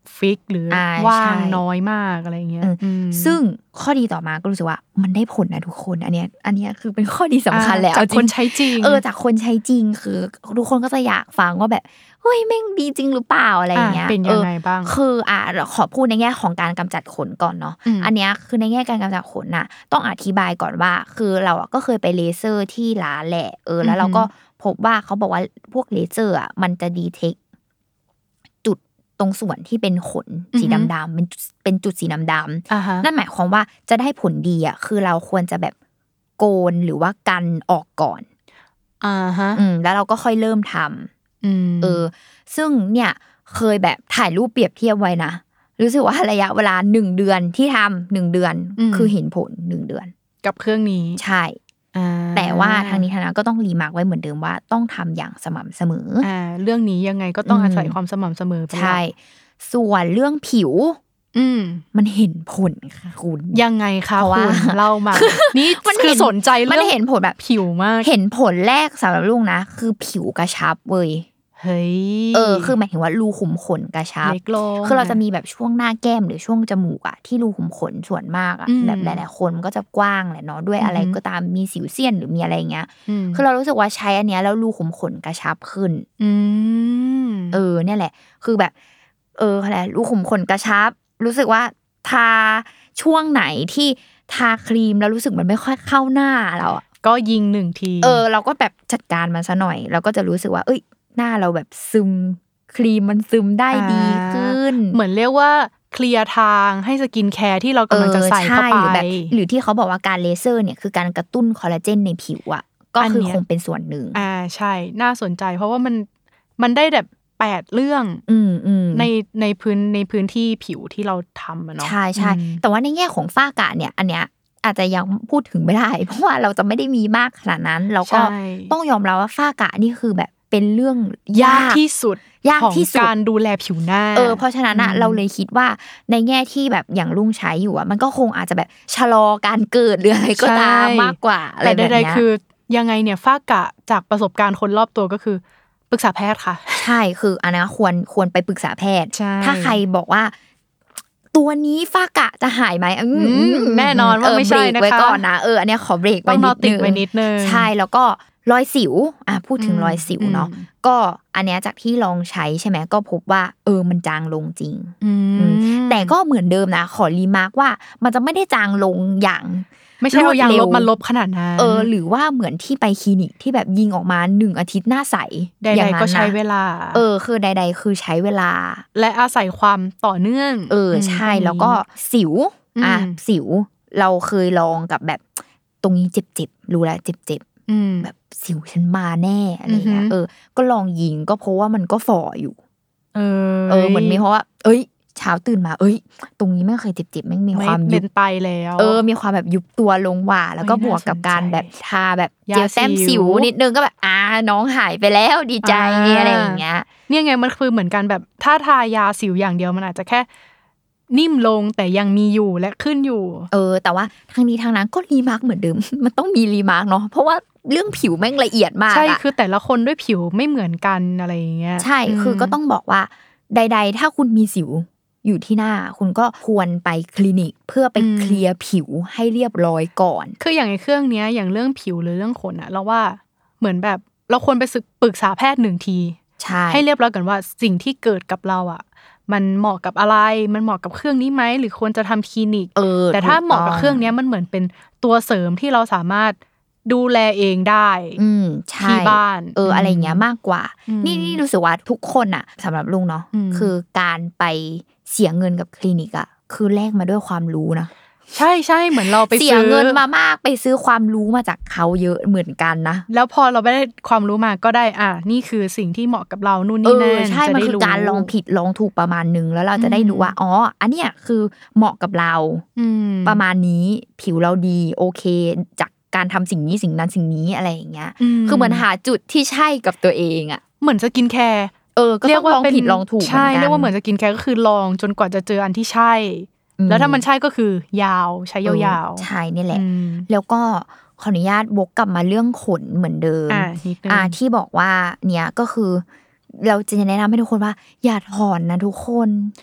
S1: ฟิกหรือว่างน้อยมากอะไรเงี้ย
S4: ซึ่งข้อดีต่อมาก็รู้สึกว่ามันได้ผลนะทุกคนอันเนี้ยอันเนี้ยคือเป็นข้อดีสำคัญแล้ว
S1: จากคนใช้จริง
S4: เออจากคนใช้จริงคือทุกคนก็จะอยากฟังว่าแบบเฮ้ยแม่งดีจริงหรือเปล่าอะไรเงี้ย
S1: เป็นยังไงบ้าง
S4: คืออ่ะขอพูดในแง่ของการกำจัดขนก่อนเนาะอันเนี้ยคือในแง่การกำจัดขนน่ะต้องอธิบายก่อนว่าคือเราอ่ะก็เคยไปเลเซอร์ที่ร้านแหละเออแล้วเราก็พบว่าเขาบอกว่าพวกเลเซอร์อ่ะมันจะดีเทคจุดตรงส่วนที่เป็นขนสีดำๆเป็นเป็นจุดสีดำๆนั่นหมายความว่าจะได้ผลดีอ่ะคือเราควรจะแบบโกนหรือว่ากันออกก่อน
S1: อ่าฮะ
S4: อืมแล้วเราก็ค่อยเริ่มทำ
S1: อืม
S4: เออซึ่งเนี่ยเคยแบบถ่ายรูปเปรียบเทียบไว้นะรู้สึกว่าระยะเวลาหนึ่งเดือนที่ทำหนึ่งเดือนคือเห็นผลหนึ่งเดือน
S1: กับเครื่องนี้
S4: ใช่แต่ว่าทางนี้ทางนั้นก็ต้องรีมาร์คไว้เหมือนเดิมว่าต้องทำอย่างสม่ำเสมอ
S1: อ่าเรื่องนี้ยังไงก็ต้องอาศัยความสม่ำเสมอ
S4: ใช่ส่วนเรื่องผิว
S1: อืม
S4: มันเห็นผลค่ะคุณ
S1: ยังไงคะคุณเล่ามานี่คือสนใจเรื่อง
S4: มันเห็นผลแบบ
S1: ผิวมาก
S4: เห็นผลแรกสำหรับลูกนะคือผิวกระชับเว้ย
S1: เฮ้ย
S4: เออคือหมายถึงว่ารูขุมขนกระชับคือเราจะมีแบบช่วงหน้าแก้มหรือช่วงจมูกอะที่รูขุมขนส่วนมากอะแบบหลายๆคนมันก็จะกว้างแหละเนาะด้วยอะไรก็ตามมีสิวเซียนหรือมีอะไรเงี้ยคือเรารู้สึกว่าใช้อันเนี้ยแล้วรูขุมขนกระชับขึ้น
S1: อืม
S4: เออเนี่ยแหละคือแบบเอออะไรรูขุมขนกระชับรู้สึกว่าทาช่วงไหนที่ทาครีมแล้วรู้สึกมันไม่ค่อยเข้าหน้าเราอ่ะ
S1: ก็ยิงหนึ่งที
S4: เออเราก็แบบจัดการมันซะหน่อยเราก็จะรู้สึกว่าเอ้ยหน้าเราแบบซึมครีมมันซึมได้ดีขึ้น
S1: เหมือนเรียกว่าเคลียร์ทางให้สกินแคร์ที่เรากำลังจะใส่เข้าไป
S4: หรือแบบหรือที่เขาบอกว่าการเลเซอร์เนี่ยคือการกระตุ้นคอลลาเจนในผิวอ่ะก็คือคงเป็นส่วนหนึ่ง
S1: อ่าใช่น่าสนใจเพราะว่ามันมันได้แบบแปดเรื่องในในพื้นในพื้นที่ผิวที่เราทำอะเนาะ
S4: ใช่ใช่แต่ว่าในแง่ของฝ้ากระเนี่ยอันเนี้ยอาจจะยังพูดถึงไม่ได้เพราะว่าเราจะไม่ได้มีมากขนาดนั้นแล้วก็ต้องยอมรับว่าฝ้ากระนี่คือแบบเป็นเรื่อง
S1: ยากที่สุด
S4: ยากที่สุด
S1: การดูแลผิวหน้า
S4: เออเพราะฉะนั้นอะเราเลยคิดว่าในแง่ที่แบบอย่างลุงใช้อยู่อะมันก็คงอาจจะแบบชะลอการเกิดหรืออะไรก็ตามมากกว่าอะไรแบบนี้
S1: แต่ใดๆคือยังไงเนี่ยฝ้ากระจากประสบการณ์คนรอบตัวก็คือปรึกษาแพทย์ค่ะ
S4: ใช่คืออันนั้นควรควรไปปรึกษาแพทย์ถ้าใครบอกว่าตัวนี้ฝ้ากระจะหายไหม
S1: แน่นอนว่าไม่ใช่นะคะ
S4: ไว้ก่อนนะเอออันนี้ขอเบรกไว้
S1: นิดนึง
S4: ใช่แล้วก็รอยสิวอ่ะพูดถึงรอยสิวเนาะก็อันเนี้ยจากที่ลองใช้ใช่ไหมก็พบว่าเออมันจางลงจริงแต่ก็เหมือนเดิมนะขอรีมาร์คว่ามันจะไม่ได้จางลงอย่าง
S1: ไม่ใช่เอายางลบมันลบขนาดนั้น
S4: เออหรือว่าเหมือนที่ไปคลินิกที่แบบยิงออกมาหนึ่งอาทิตย์หน้าใส
S1: อย่างนั้นก็ใช้เวลา
S4: เออคือใดๆคือใช้เวลา
S1: และอาศัยความต่อเนื่อง
S4: เออใช่แล้วก็สิวอ่ะสิวเราเคยลองกับแบบตรงนี้เจ็บๆรู้แล้วเจ็บๆแบบสิวฉันมาแน่อะไรเงี้ยเออก็ลองยิงก็เพราะว่ามันก็ฝ่ออยู่
S1: เออ
S4: เออเหมือนมีเพราะว่าเอ้ยเช้าตื่นมาเอ้ยตรงนี้ไม่เคยเจ็บๆแม่งมีความ
S1: ยุบไปแล้ว
S4: เออมีความแบบยุบตัวลงว่าแล้วก็บวกกับการแบบทาแบบเจลแต้มสิวนิดนึงก็แบบอ่าน้องหายไปแล้วดีใจอะไรอย่างเงี้ย
S1: เนี่ยไงมันคือเหมือนกันแบบถ้าทายาสิวอย่างเดียวมันอาจจะแค่นิ่มลงแต่ยังมีอยู่และขึ้นอยู่
S4: เออแต่ว่าทางนี้ทางนั้นก็รีมาร์คเหมือนเดิมมันต้องมีรีมาร์คเนาะเพราะว่าเรื่องผิวแม่งละเอียดมาก
S1: ใช่คือแต่ละคนด้วยผิวไม่เหมือนกันอะไรอย่างเงี้ย
S4: ใช่คือก็ต้องบอกว่าใดๆถ้าคุณมีสิวอยู่ที่หน้าคุณก็ควรไปคลินิกเพื่อไปเคลียร์ผิวให้เรียบร้อยก่อน
S1: คืออย่างไอ้เครื่องเนี้ยอย่างเรื่องผิวหรือเรื่องขนอะเราว่าเหมือนแบบเราควรไปปรึกษาแพทย์หนึ่งที
S4: ใช่
S1: ให้เรียบร้อยก่อนว่าสิ่งที่เกิดกับเราอะมันเหมาะกับอะไรมันเหมาะกับเครื่องนี้ไหมหรือควรจะทำคลินิก
S4: เออ
S1: แต่ถ้าเหมาะกับเครื่องนี้มันเหมือนเป็นตัวเสริมที่เราสามารถดูแลเองได้ที่บ้าน
S4: เอออะไรเงี้ยมากกว่านี่นี่รู้สึกว่าทุกคนอะสำหรับลุงเนาะคือการไปเสียเงินกับคลินิกอะคือแลกมาด้วยความรู้นะ
S1: ใช่ใช่เหมือนเราไป
S4: เสียเงินมามากไปซื้อความรู้มาจากเขาเยอะเหมือนกันนะ
S1: แล้วพอเราได้ความรู้มาก็ได้อ่ะนี่คือสิ่งที่เหมาะกับเรานู่นนี่นั่น
S4: ใช่มันคือการลองผิดลองถูกประมาณนึงแล้วเราจะได้รู้ว่าอ๋ออันเนี้ยคือเหมาะกับเราประมาณนี้ผิวเราดีโอเคจากการทำสิ่งนี้สิ่งนั้นสิ่งนี้อะไรอย่างเงี้ยคือเหมือนหาจุดที่ใช่กับตัวเองอ่ะ
S1: เหมือนสกินแคร์
S4: เออก็ต้องลองผิดลองถูก
S1: ใช่เรียกว่าเหมือนสกินแคร์ก็คือลองจนกว่าจะเจออันที่ใช่แล้วถ้ามันใช่ก็คือยาวใช้ยาว
S4: ๆใช่นี่แหละแล้วก็ขออนุญาตวกกลับมาเรื่องขนเหมือนเดิมอ่าที่บอกว่าเนี้ยก็คือเราจะแนะนำให้ทุกคนว่าอย่าถอนนะทุกคน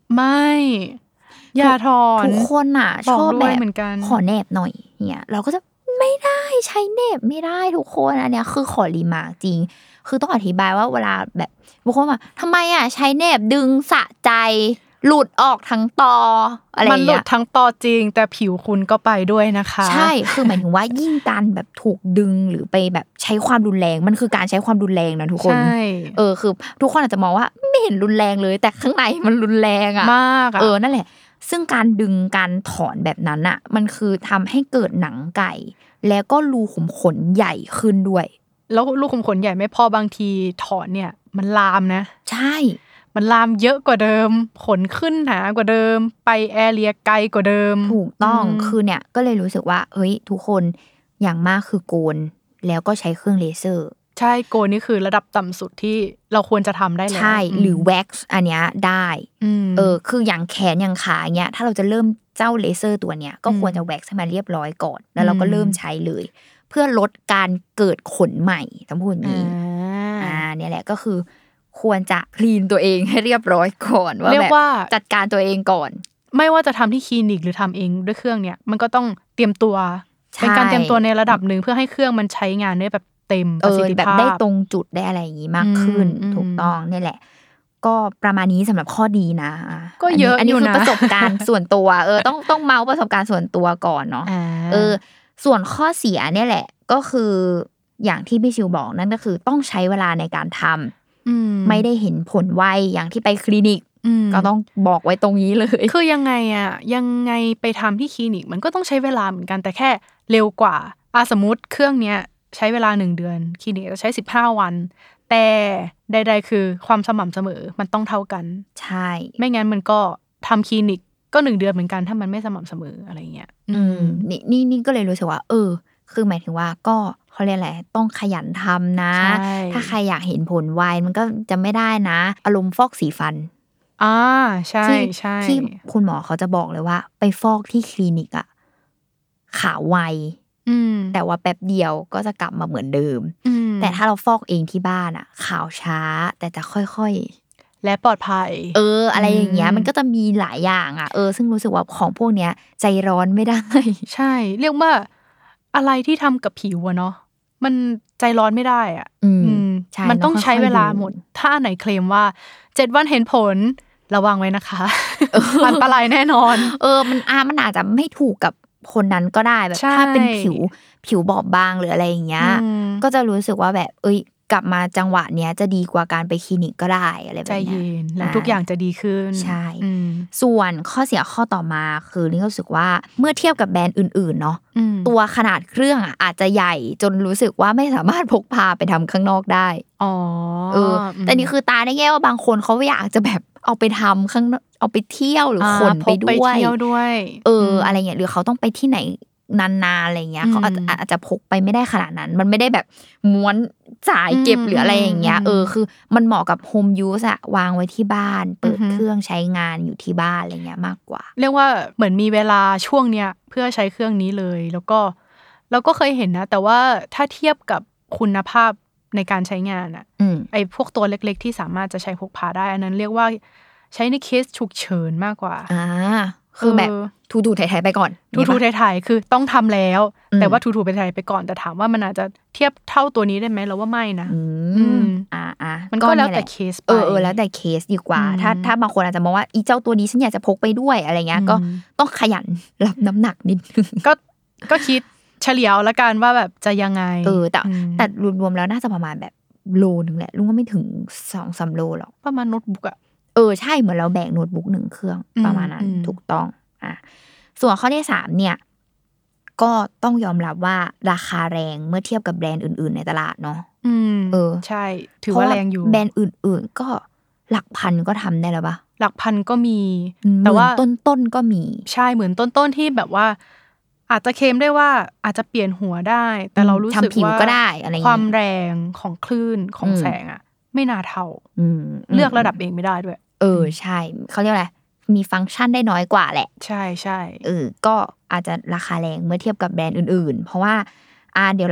S1: ไม่อย่าถอน
S4: ทุกคนอ่ะชอบแบบ
S1: เหมือนกัน
S4: ขอแนบหน่อยเนี่ยเราก็จะไม่ได้ใช้แนบไม่ได้ทุกคนอันเนี้ยคือขอรีมาร์คจริงคือต้องอธิบายว่าเวลาแบบบางคนว่าทำไมอ่ะใช้แนบดึงสะใจหลุดออกทั้งตออะไรอย่างเงี้ย
S1: มันหลุดทั้งตอจริงแต่ผิวคุณก็ไปด้วยนะคะ
S4: ใช่คือหมายถึงว่ายิ่งการแบบถูกดึงหรือไปแบบใช้ความรุนแรงมันคือการใช้ความรุนแรงนะทุกคนเออคือทุกคนอาจจะมองว่าไม่เห็นรุนแรงเลยแต่ข้างในมันรุนแรงอ่ะ
S1: มากอ่ะ
S4: เออนั่นแหละซึ่งการดึงการถอนแบบนั้นอ่ะมันคือทำให้เกิดหนังไก่แล้วก็รูขุมขนใหญ่ขึ้นด้วย
S1: แล้วรูขุมขนใหญ่ไม่พอบางทีถอนเนี่ยมันลามนะ
S4: ใช่
S1: มันลามเยอะกว่าเดิมขนขึ้นหนากว่าเดิมไปแอเรียไกลกว่าเดิม
S4: ถูกต้องคือเนี่ยก็เลยรู้สึกว่าเฮ้ยทุกคนอย่างมากคือโกนแล้วก็ใช้เครื่องเลเซอร์
S1: ใช่โกนนี่คือระดับต่ำสุดที่เราควรจะทำได้แล้ว
S4: ใช่หรือแว็กซ์อันเนี้ยได้เออคืออย่างแขนอย่างขาเนี้ยถ้าเราจะเริ่มเจ้าเลเซอร์ตัวเนี้ยก็ควรจะแว็กซ์ให้มันเรียบร้อยก่อนแล้วเราก็เริ่มใช้เลยเพื่อลดการเกิดขนใหม่ต้องพูดอย่างนี้อ่าเนี่ยแหละก็คือควรจะคลีนตัวเองให้เรียบร้อยก่อนว่าแบบจัดการตัวเองก่อน
S1: ไม่ว่าจะทำที่คลินิกหรือทำเองด้วยเครื่องเนี้ยมันก็ต้องเตรียมตัวเป็นการเตรียมตัวในระดับหนึ่งเพื่อให้เครื่องมันใช้งานได้แบบเต็มประสิทธิภาพ
S4: แบบได้ตรงจุดได้อะไรอย่างงี้มากขึ้นถูกต้องนี่แหละก็ประมาณนี้สำหรับข้อดีนะ
S1: ก็เยอะ
S4: อันนี้คือประสบการณ์ส่วนตัวเออต้องต้องเมาส์ประสบการณ์ส่วนตัวก่อนเนาะเออส่วนข้อเสียเนี่ยแหละก็คืออย่างที่พี่ชิวบอกนั่นก็คือต้องใช้เวลาในการทำไม่ได้เห็นผลไวอย่างที่ไปคลินิกก็ต้องบอกไว้ตรงนี้เลย
S1: คือยังไงอะยังไงไปทำที่คลินิกมันก็ต้องใช้เวลาเหมือนกันแต่แค่เร็วกว่าอ่ะสมมุติเครื่องเนี้ยใช้เวลาหนึ่งเดือนคลินิกจะใช้สิบห้าวันแต่ใดๆคือความสม่ำเสมอมันต้องเท่ากัน
S4: ใช่
S1: ไม่งั้นมันก็ทำคลินิกก็หนึ่งเดือนเหมือนกันถ้ามันไม่สม่ำเสมออะไรเงี้ย
S4: อืมนี่นี่นี่ก็เลยรู้สึกว่าเออคือหมายถึงว่าก็เขาเรียกอะไรต้องขยันทำนะถ้าใครอยากเห็นผลไวมันก็จะไม่ได้นะอารมณ์ฟอกสีฟัน
S1: อ่าใช่ใช่
S4: ที่คุณหมอเขาจะบอกเลยว่าไปฟอกที่คลินิกอะขาวไวแต่ว่าแป๊บเดียวก็จะกลับมาเหมือนเดิมแต่ถ้าเราฟอกเองที่บ้านอะขาวช้าแต่จะค่อยๆ
S1: และปลอดภัย
S4: เอออะไรอย่างเงี้ยมันก็จะมีหลายอย่างอะเออซึ่งรู้สึกว่าของพวกเนี้ยใจร้อนไม่ได้
S1: ใช่เรียกว่าอะไรที่ทำกับผิวอะเนาะมันใจร้อนไม่ได้อะมันต้องใช้เวลาหมดถ้าไหนเคลมว่าเจ็ดวันเห็นผลระวังไว้นะคะอันตรายแน่นอน
S4: เออมันอามันอาจจะไม่ถูกกับคนนั้นก็ได้แบบถ้าเป็นผิวผิวบอบบางหรืออะไรอย่างเงี้ยก็จะรู้สึกว่าแบบเอ้ยกลับมาจังหวะเนี้ยจะดีกว่าการไปคลินิกก็ได้อะไรแบบ
S1: นี้ใจเย็นแล้วทุกอย่างจะดีขึ้น
S4: ใช่ส่วนข้อเสียข้อต่อมาคือนี่รู้สึกว่าเมื่อเทียบกับแบรนด์อื่นๆเนาะตัวขนาดเครื่องอ่ะอาจจะใหญ่จนรู้สึกว่าไม่สามารถพกพาไปทำข้างนอกได้
S1: อ๋อ
S4: เออแต่นี่คือตาได้แง่ว่าบางคนเขาอยากจะแบบเอาไปทำข้างเอาไปเที่ยวหรือขนไปด้วย
S1: เที่ยวด้วย
S4: เอออะไรเงี้ยหรือเขาต้องไปที่ไหนนานๆอะไรเงี้ยเขาอาจจะอาจจะพกไปไม่ได้ขนาดนั้นมันไม่ได้แบบม้วนสายเก็บหรืออะไรอย่างเงี้ยเออคือมันเหมาะกับโฮมยูสอะวางไว้ที่บ้านเปิดเครื่องใช้งานอยู่ที่บ้านอะไรเงี้ยมากกว่า
S1: เรียกว่าเหมือนมีเวลาช่วงเนี้ยเพื่อใช้เครื่องนี้เลยแล้วก็เราก็เคยเห็นนะแต่ว่าถ้าเทียบกับคุณภาพในการใช้งานอะไอ้พวกตัวเล็กๆที่สามารถจะใช้พกพาได้อันนั้นเรียกว่าใช้ในเคสฉุกเฉินมากกว่า
S4: อ่าคือแบบทูๆไทยๆไปก่อน
S1: ทูๆไทยๆคือต้องทำแล้วแต่ว่าทูๆไปไทยไปก่อนแต่ถามว่ามันอาจจะเทียบเท่าตัวนี้ได้ไหมเราว่าไม่นะ
S4: อืมอ่าอ่า
S1: มันก็แล้วแต่เคสไป
S4: เออเออแล้วแต่เคสดีกว่าถ้าถ้าบางคนอาจจะมองว่าอีเจ้าตัวนี้ฉันอยากจะพกไปด้วยอะไรเงี้ยก็ต้องขยันรับน้ำหนักนิดนึง
S1: ก็ก็คิดเฉลี่ยละกันว่าแบบจะยังไง
S4: เออแต่แต่รวมๆแล้วน่าจะประมาณแบบโลนึงแหละลุงว่าไม่ถึง สองถึงสาม โลหรอก
S1: ประมาณโน้ตบุ๊กอะ
S4: เออใช่เหมือนเราแบกโน้ตบุ๊กหนึ่งเครื่องประมาณนั้นถูกต้องอ่ะส่วนข้อที่สามเนี่ยก็ต้องยอมรับว่าราคาแรงเมื่อเทียบกับแบรนด์อื่นๆในตลาดเนาะ
S1: เออใช่ถือว่าแรงอยู่
S4: แบรนด์อื่นๆก็หลักพันก็ทำได้แล้วปะ
S1: หลักพันก็มี
S4: แต่ว่าต้นๆก็มี
S1: ใช่เหมือนต้นๆที่แบบว่าอาจจะเคลมได้ว่าอาจจะเปลี่ยนหัวได้แต่เรารู้สึกว่าความแรงของคลื่นของแสงอ่ะไม่น่าเท่าเลือกระดับเองไม่ได้ด้วย
S4: เออใช่เขาเรียกอะไรมีฟังก์ชันได้น้อยกว่าแหละ
S1: ใช่ใช่
S4: เออก็อาจจะราคาแรงเมื่อเทียบกับแบรนด์อื่นๆเพราะว่าอ่าเดี๋ยวเรา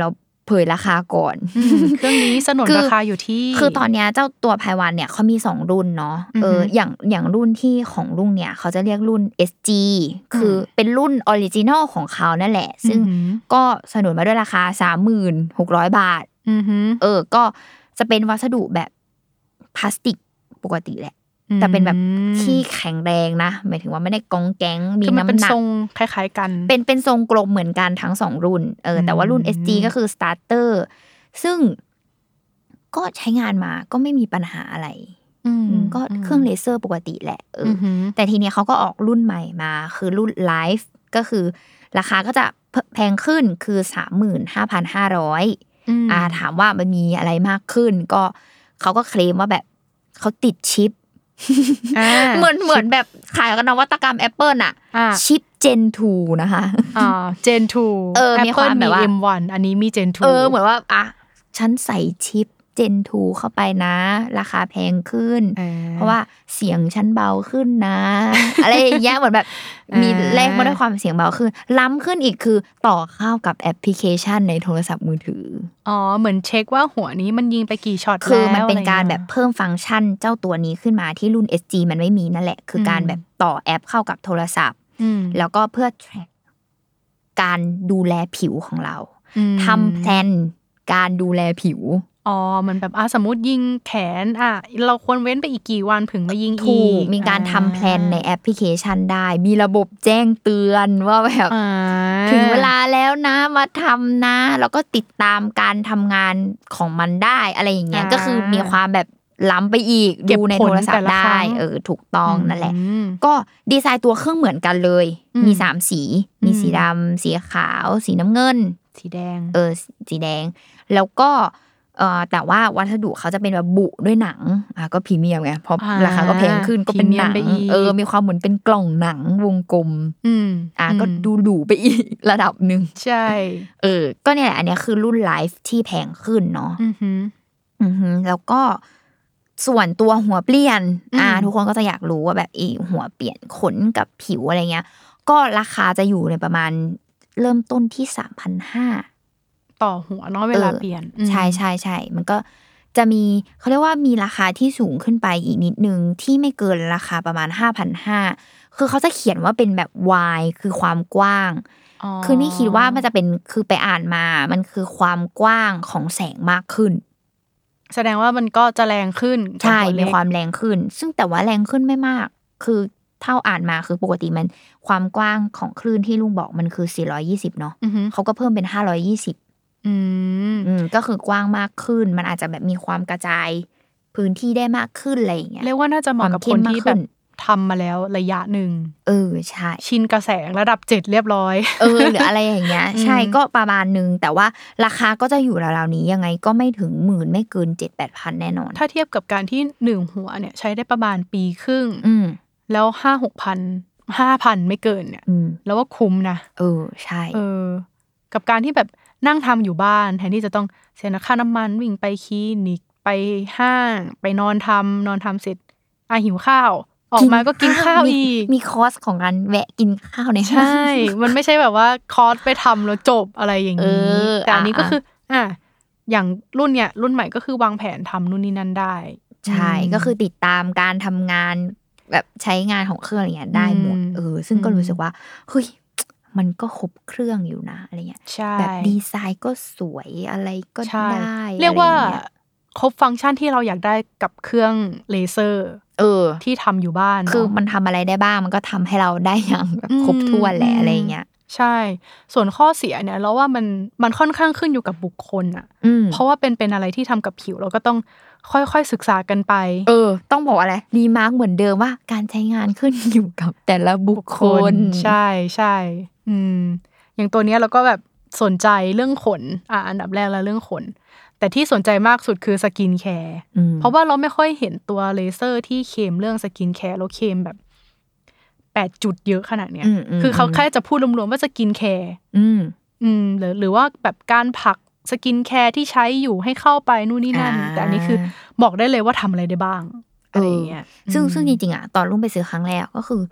S4: เผยราคาก่อน
S1: เครื่องนี้สนนราคาอยู่ที่
S4: คือตอนนี้เจ้าตัวไพวันเนี่ยเขามีสองรุ่นเนาะเอออย่างอย่างรุ่นที่ของรุ่นเนี่ยเขาจะเรียกรุ่น เอส จี คือเป็นรุ่นออริจินอลของเขานั่นแหละซึ่งก็สนุนมาด้วยราคา สามหมื่นหกร้อย บาทเออก็จะเป็นวัสดุแบบพลาสติกปกติแหละแต่เป็นแบบที่แข็งแรงนะหมายถึงว่าไม่ได้กองแก๊งมีน้ำหนัก
S1: เป็นทรงคล้ายๆกัน
S4: เป็นเป็นทรงกลมเหมือนกันทั้งสองรุ่นเออแต่ว่ารุ่น เอส จี ก็คือสตาร์เตอร์ซึ่งก็ใช้งานมาก็ไม่มีปัญหาอะไรก็เครื่องเลเซอร์ปกติแหละเออแต่ทีนี้เขาก็ออกรุ่นใหม่มาคือรุ่นไลฟ์ก็คือราคาก็จะแพงขึ้นคือ สามหมื่นห้าพันห้าร้อย อ่าถามว่ามันมีอะไรมากขึ้นก็เขาก็เคลมว่าแบบเขาติดชิปเหมือนเหมือนแบบขายกันนวัตกรรม Apple อ่ะชิป Gen ทู นะคะ
S1: อ่า Gen ทู
S4: เออมีความแบบว่า
S1: เอ็ม วัน อันนี้มี Gen ทู
S4: เออเหมือนว่าอ่ะฉันใส่ชิป Gen ทู เข้าไปนะราคาแพงขึ้นเพราะว่าเสียงฉันเบาขึ้นนะอะไรอย่างเงี้ยเหมือนแบบมีแลกมาด้วยความเสียงเบาขึ้นล้ำขึ้นอีกคือต่อเข้ากับแอปพลิเคชันในโทรศัพท์มือถือ
S1: อ๋อเหมือนเช็คว่าหัวนี้มันยิงไปกี่ช็อตแล้ว
S4: คือมันเป็นการแบบเพิ่มฟังก์ชันเจ้าตัวนี้ขึ้นมาที่รุ่น เอส จี มันไม่มีนั่นแหละคือการแบบต่อแอปเข้ากับโทรศัพท์แล้วก็เพื่อ track การดูแลผิวของเราทำแพลนการดูแลผิว
S1: อ๋อเหมือนแบบอ่ะสมมุติยิงแขนอ่ะเราควรเว้นไปอีกกี่วันถึงมายิงอีก
S4: ถูกมีการทำแพลนในแอปพลิเคชันได้มีระบบแจ้งเตือนว่าแบบถึงเวลาแล้วนะมาทำนะแล้วก็ติดตามการทำงานของมันได้อะไรอย่างเงี้ยก็คือมีความแบบล้ำไปอีกดูในโทรศัพท์ได้เออถูกต้องนั่นแหละก็ดีไซน์ตัวเครื่องเหมือนกันเลยมีสามสีมีสีดำสีขาวสีน้ำเงิน
S1: สีแดง
S4: เออสีแดงแล้วก็เอ่อแต่ว่าวัสดุเขาจะเป็นแบบบุด้วยหนังอ่ะก็พรีเมียมไงเพราะราคาก็แพงขึ้นก็เป็นหนังเออมีความเหมือนเป็นกล่องหนังวงกลม
S1: อืม
S4: อ่ะก็ดูหรูไปอีกระดับนึง
S1: ใช่
S4: เออก็เนี่ยอันนี้คือรุ่นไลฟ์ที่แพงขึ้นเนาะ
S1: อือฮึ
S4: อือฮึแล้วก็ส่วนตัวหัวเปลี่ยนอ่าทุกคนก็จะอยากรู้ว่าแบบอีหัวเปลี่ยนขนกับผิวอะไรเงี้ยก็ราคาจะอยู่ในประมาณเริ่มต้นที่ สามพันห้าร้อย
S1: ต่อหัวเนาะเวลาเปลี่ยน
S4: ใช่ๆๆมันก็จะมีเขาเรียกว่ามีราคาที่สูงขึ้นไปอีกนิดนึงที่ไม่เกินราคาประมาณ ห้าพันห้าร้อย คือเขาจะเขียนว่าเป็นแบบ wide คือความกว้างคือนี่คิดว่ามันจะเป็นคือไปอ่านมามันคือความกว้างของแสงมากขึ้น
S1: แสดงว่ามันก็จะแรงขึ้น
S4: ใช่มีความแรงขึ้นซึ่งแต่ว่าแรงขึ้นไม่มากคือเท่าอ่านมาคือปกติมันความกว้างของคลื่นที่ลุงบอกมันคือสี่ร้อยยี่สิบเนาะเขาก็เพิ่มเป็นห้าร้อยยี่สิบ
S1: อืม
S4: อืมก็คือกว้างมากขึ้นมันอาจจะแบบมีความกระจายพื้นที่ได้มากขึ้นอะไรอย่างเงี้ย
S1: เรียกว่าน่าจะเหมาะกับคนที่แบบทำมาแล้วระยะหนึ่ง
S4: เออใช่
S1: ชินกระแสงระดับเจ็ดเรียบร้อย
S4: เออหรืออะไรอย่างเงี้ยใช่ก็ประมาณนึงแต่ว่าราคาก็จะอยู่ราวๆนี้ยังไงก็ไม่ถึงหมื่นไม่เกิน เจ็ดถึงแปดพัน แน่นอน
S1: ถ้าเทียบกับการที่หนึ่งหัวเนี่ยใช้ได้ประมาณปีครึ่ง
S4: อืม
S1: แล้ว ห้าหกพัน ห้าพัน ไม่เกินเนี่ยแล้วว่าคุ้มนะ
S4: เออใช่
S1: เออกับการที่แบบนั่งทำอยู่บ้านแทนที่จะต้องเสียค่าน้ำมันวิ่งไปคลินิกไปห้างไปนอนทำนอนทำเสร็จอ่ะหิวข้าวออกมาก็กินข้าวอีก
S4: มีคอร์สของการแวะกินข้าวใน
S1: ใช่มันไม่ใช่แบบว่าคอร์สไปทำแล้วจบอะไรอย่างนี้แต่อันนี้ก็คืออ่ะอย่างรุ่นเนี้ยรุ่นใหม่ก็คือวางแผนทำนู่นนี่นั่นได้
S4: ใช่ก็คือติดตามการทำงานแบบใช้งานของเครื่องอะไรเงี้ยได้หมดเออซึ่งก็รู้สึกว่าเฮ้ยมันก็ครบเครื่องอยู่นะอะไรเงี้ยแบบดีไซน์ก็สวยอะไรก็ได้
S1: เรียกว่าครบฟังก์ชันที่เราอยากได้กับเครื่องเลเซอร์
S4: เออ
S1: ที่ทำอยู่บ้าน
S4: คือมันทำอะไรได้บ้างมันก็ทำให้เราได้อย่างแบบครบถ้วนแหละอะไรเงี้ย
S1: ใช่ส่วนข้อเสียเนี่ยเราว่ามันมันค่อนข้างขึ้นอยู่กับบุคคลอ่ะเพราะว่าเป็นเป็นอะไรที่ทำกับผิวเราก็ต้องค่อยๆศึกษากันไป
S4: เออต้องบอกอะไรรีมาร์คเหมือนเดิมว่าการใช้งานขึ้นอยู่กับแต่ละบุคคล
S1: ใช่ใช่อืมอย่างตัวเนี้ยเราก็แบบสนใจเรื่องขนอ่ะอันดับแรกแล้วเรื่องขนแต่ที่สนใจมากสุดคือสกินแคร์เพราะว่าเราไม่ค่อยเห็นตัวเลเซอร์ที่เคมเรื่องสกินแคร์แล้วเคมแบบแปดจุดเยอะขนาดเนี้ยคือเขาแค่จะพูดรวมๆว่าสกินแคร์อืมอืมหรือหรือว่าแบบการผักสกินแคร์ที่ใช้อยู่ให้เข้าไปนู่นนี่นั่นแต่อันนี้คือบอกได้เลยว่าทำอะไรได้บ้างอะไรอย่างเงี้ย
S4: ซึ่งซึ่งจริงๆอ่ะตอนรุ่งไปซื้อครั้งแรกก็คือ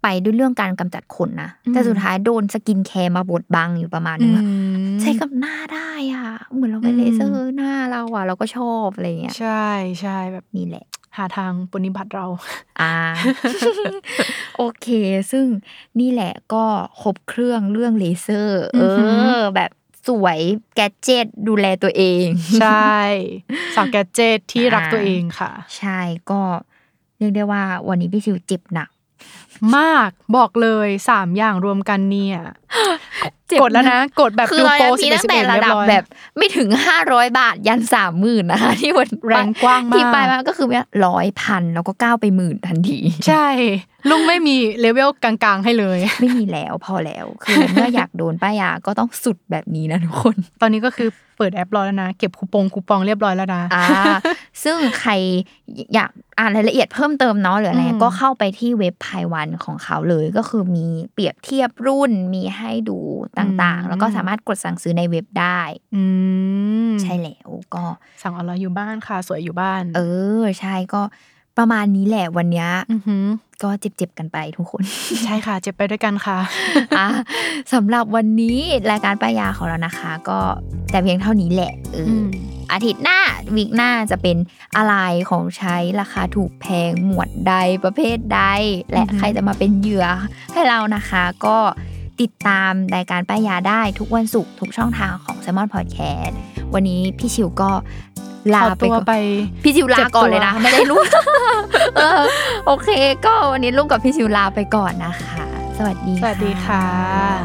S4: ไปด้วยเรื่องการกำจัดขนนะแต่สุดท้ายโดนสกินแคร์มาบดบังอยู่ประมาณนึงใช้กับหน้าได้อ่ะเหมือนเราไปเลเซอร์หน้าเราอ่ะเราก็ชอบอะไรเงี้ย
S1: ใช่ใช่แบบ
S4: นี่แหละ
S1: หาทางปฏิบัติเรา
S4: อ่า โอเคซึ่งนี่แหละก็ครบเครื่องเรื่องเลเซอร์เออแบบสวยแกดเจ็ตดูแลตัวเอง
S1: ใช่สาวแกดเจ็ตที่รักตัวเองค่ะ
S4: ใช่ก็เรียกได้ว่าวันนี้พี่ชิวเจ็บหนัก
S1: มากบอกเลยสามอย่างรวมกันเนี่ยกดแล้วนะกดแบบ
S4: ดูโปรสิบเอ็ดสิบเอ็ดเรียบร้อยแบบไม่ถึงห้าร้อยบาทยัน สามหมื่น นะคะที่วัน
S1: แรงกว้างมาก
S4: ที่ไปมาก็คือเนี่ยหนึ่งร้อย พันแล้วก็ก้าวไปหมื่นทันที
S1: ใช่ลุงไม่มีเลเวลกลางๆให้เลย
S4: ไม่มีแล้วพอแล้วคือเมื่ออยากโดนป้ายยาก็ต้องสุดแบบนี้นะทุกคน
S1: ตอนนี้ก็คือเปิดแอปรอแล้วนะเก็บคูปองคูปองเรียบร้อยแล้วนะ
S4: อ่าซึ่งใครอยากอ่านรายละเอียดเพิ่มเติมเนาะหรืออะไรก็เข้าไปที่เว็บไพวันของเขาเลยก็คือมีเปรียบเทียบรุ่นมีให้ดูต่างๆแล้วก็สามารถกดสั่งซื้อในเว็บได้
S1: อืม
S4: ใช่แล้วก็
S1: สั่งออนไลน์อยู่บ้านค่ะสวยอยู่บ้าน
S4: เออใช่ก็ประมาณนี้แหละวันนี้ก็เจ็บๆกันไปทุกคน
S1: ใช่ค่ะเจ็บไปด้วยกันค่ะ
S4: อ่ะสำหรับวันนี้รายการป้ายยาของเรานะคะก็แต่เพียงเท่านี้แหละเอออาทิตย์หน้าวีคหน้าจะเป็นอะไรของใช้ราคาถูกแพงหมวดใดประเภทใดและใครจะมาเป็นเหยื่อให้เรานะคะก็ติดตามรายการป้ายยาได้ทุกวันศุกร์ทุกช่องทางของ Salmon Podcast วันนี้พี่ชิวก็ลาไป
S1: ไป
S4: พี่ชิวลาก่อนเลยนะไม่ได้รู้เออโอเคก็วันนี้ลุงกับพี่ชิวลาไปก่อนนะคะสวัสดี
S1: สวัสดีค่ะ